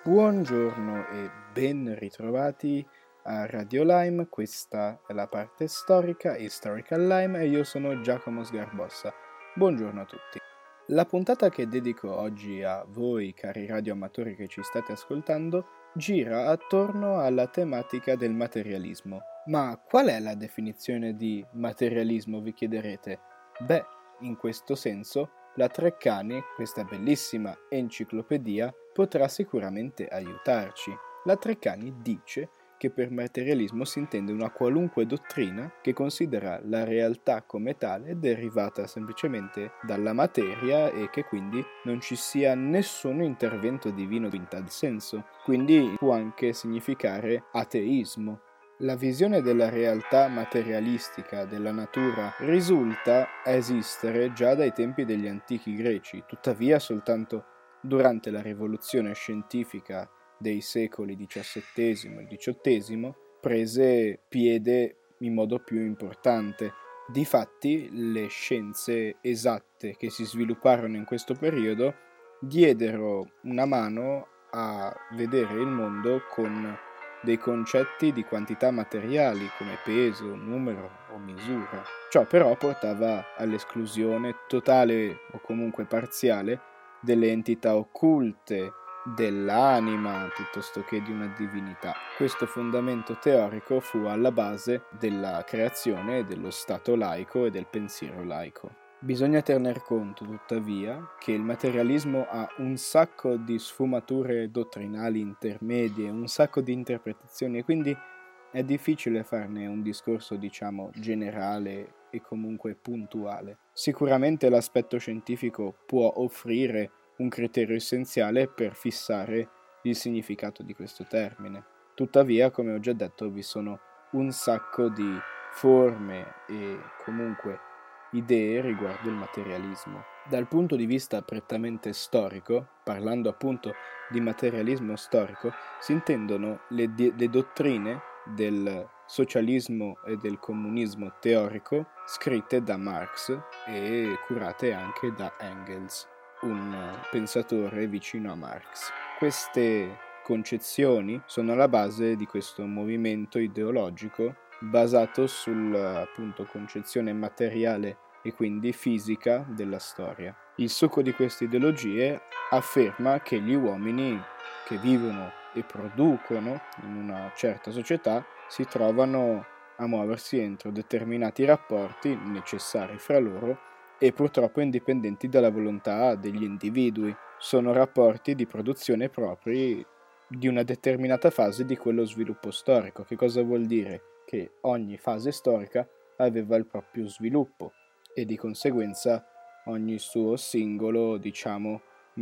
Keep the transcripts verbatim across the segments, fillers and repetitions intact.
Buongiorno e ben ritrovati a Radio Lime, questa è la parte storica, Historical Lime, e io sono Giacomo Sgarbossa. Buongiorno a tutti. La puntata che dedico oggi a voi, cari radioamatori che ci state ascoltando, gira attorno alla tematica del materialismo. Ma qual è la definizione di materialismo, vi chiederete? Beh, in questo senso, la Treccani, questa bellissima enciclopedia, potrà sicuramente aiutarci. La Treccani dice che per materialismo si intende una qualunque dottrina che considera la realtà come tale derivata semplicemente dalla materia e che quindi non ci sia nessun intervento divino in tal senso. Quindi può anche significare ateismo. La visione della realtà materialistica della natura risulta esistere già dai tempi degli antichi greci, tuttavia soltanto durante la rivoluzione scientifica dei secoli diciassettesimo e diciottesimo prese piede in modo più importante. Difatti, le scienze esatte che si svilupparono in questo periodo diedero una mano a vedere il mondo con dei concetti di quantità materiali come peso, numero o misura. Ciò però portava all'esclusione totale o comunque parziale delle entità occulte, dell'anima piuttosto che di una divinità. Questo fondamento teorico fu alla base della creazione dello Stato laico e del pensiero laico. Bisogna tener conto, tuttavia, che il materialismo ha un sacco di sfumature dottrinali intermedie, un sacco di interpretazioni e quindi è difficile farne un discorso, diciamo, generale e comunque puntuale. Sicuramente l'aspetto scientifico può offrire un criterio essenziale per fissare il significato di questo termine. Tuttavia, come ho già detto, vi sono un sacco di forme e comunque idee riguardo il materialismo. Dal punto di vista prettamente storico, parlando appunto di materialismo storico, si intendono le, di- le dottrine del socialismo e del comunismo teorico scritte da Marx e curate anche da Engels, un pensatore vicino a Marx. Queste concezioni sono alla base di questo movimento ideologico basato sulla appunto concezione materiale e quindi fisica della storia. Il succo di queste ideologie afferma che gli uomini che vivono e producono in una certa società si trovano a muoversi entro determinati rapporti necessari fra loro e purtroppo indipendenti dalla volontà degli individui. Sono rapporti di produzione propri di una determinata fase di quello sviluppo storico. Che cosa vuol dire? Che ogni fase storica aveva il proprio sviluppo e di conseguenza ogni suo singolo, diciamo,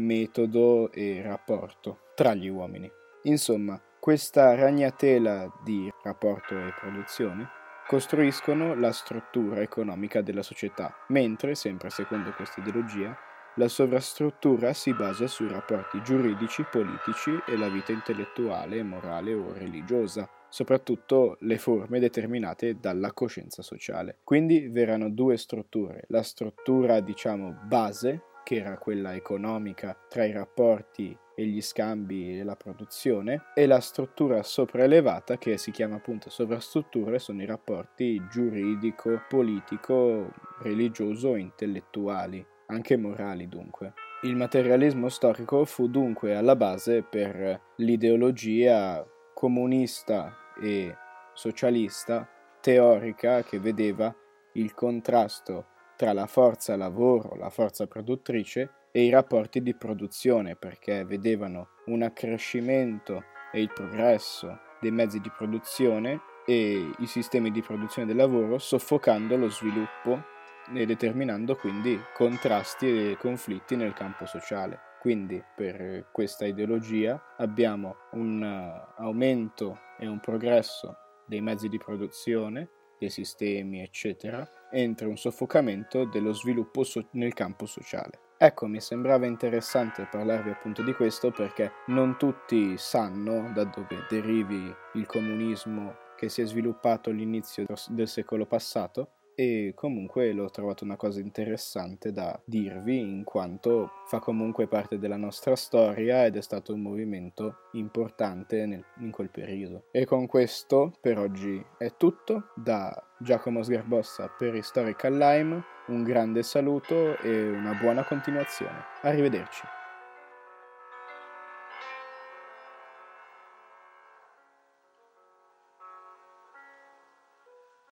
metodo e rapporto tra gli uomini. Insomma, questa ragnatela di rapporto e produzione costruiscono la struttura economica della società, mentre, sempre secondo questa ideologia, la sovrastruttura si basa sui rapporti giuridici, politici e la vita intellettuale, morale o religiosa, soprattutto le forme determinate dalla coscienza sociale. Quindi verranno due strutture, la struttura diciamo base, che era quella economica tra i rapporti e gli scambi e la produzione, e la struttura sopraelevata che si chiama appunto sovrastruttura, sono i rapporti giuridico, politico, religioso e intellettuali, anche morali dunque. Il materialismo storico fu dunque alla base per l'ideologia comunista e socialista teorica che vedeva il contrasto tra la forza lavoro, la forza produttrice e i rapporti di produzione, perché vedevano un accrescimento e il progresso dei mezzi di produzione e i sistemi di produzione del lavoro, soffocando lo sviluppo e determinando quindi contrasti e conflitti nel campo sociale. Quindi per questa ideologia abbiamo un aumento e un progresso dei mezzi di produzione, dei sistemi, eccetera, entro un soffocamento dello sviluppo so- nel campo sociale. Ecco, mi sembrava interessante parlarvi appunto di questo perché non tutti sanno da dove derivi il comunismo che si è sviluppato all'inizio del secolo passato e comunque l'ho trovato una cosa interessante da dirvi, in quanto fa comunque parte della nostra storia ed è stato un movimento importante nel, in quel periodo. E con questo per oggi è tutto. Da Giacomo Sgarbossa per Historical Lime un grande saluto e una buona continuazione. Arrivederci.